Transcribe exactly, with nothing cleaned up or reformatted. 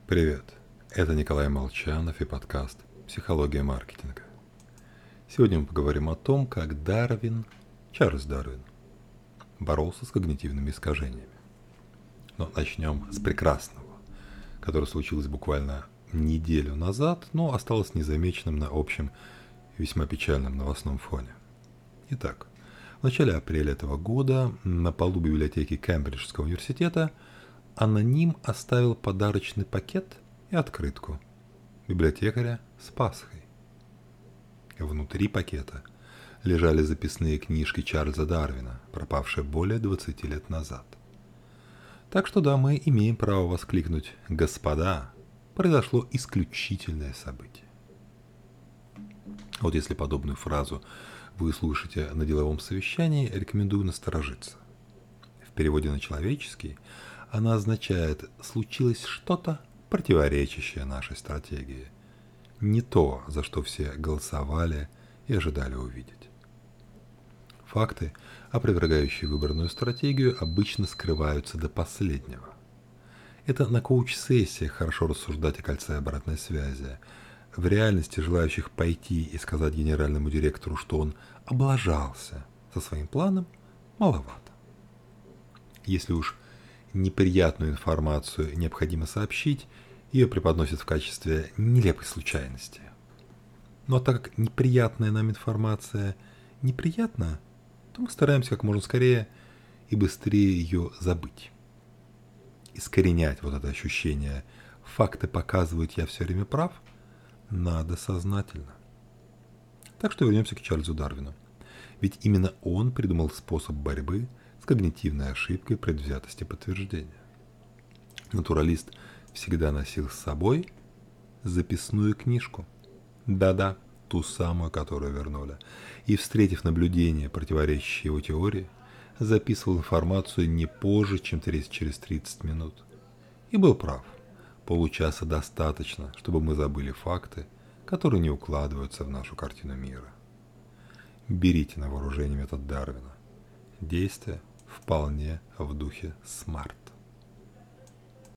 Привет, это Николай Молчанов и подкаст «Психология маркетинга». Сегодня мы поговорим о том, как Дарвин, Чарльз Дарвин, боролся с когнитивными искажениями. Но начнем с прекрасного, которое случилось буквально неделю назад, но осталось незамеченным на общем весьма печальном новостном фоне. Итак, в начале апреля этого года на полу библиотеки Кембриджского университета аноним оставил подарочный пакет и открытку библиотекаря с Пасхой. Внутри пакета лежали записные книжки Чарльза Дарвина, пропавшие более двадцати лет назад. Так что да, мы имеем право воскликнуть: «Господа, произошло исключительное событие». Вот если подобную фразу вы слышите на деловом совещании, рекомендую насторожиться. В переводе на человеческий она означает «случилось что-то, противоречащее нашей стратегии». Не то, за что все голосовали и ожидали увидеть. Факты, опровергающие выбранную стратегию, обычно скрываются до последнего. Это на коуч-сессиях хорошо рассуждать о кольце обратной связи. В реальности желающих пойти и сказать генеральному директору, что он облажался со своим планом, маловато. Если уж неприятную информацию необходимо сообщить, ее преподносят в качестве нелепой случайности. Но так как неприятная нам информация неприятна, то мы стараемся как можно скорее и быстрее ее забыть. Искоренять вот это ощущение «факты показывают, я все время прав» надо сознательно. Так что вернемся к Чарльзу Дарвину. Ведь именно он придумал способ борьбы с когнитивной ошибкой предвзятости подтверждения. Натуралист всегда носил с собой записную книжку. Да-да, ту самую, которую вернули. И, встретив наблюдения, противоречащие его теории, записывал информацию не позже, чем через тридцать минут. И был прав. Получаса достаточно, чтобы мы забыли факты, которые не укладываются в нашу картину мира. Берите на вооружение метод Дарвина. Действие вполне в духе смарт.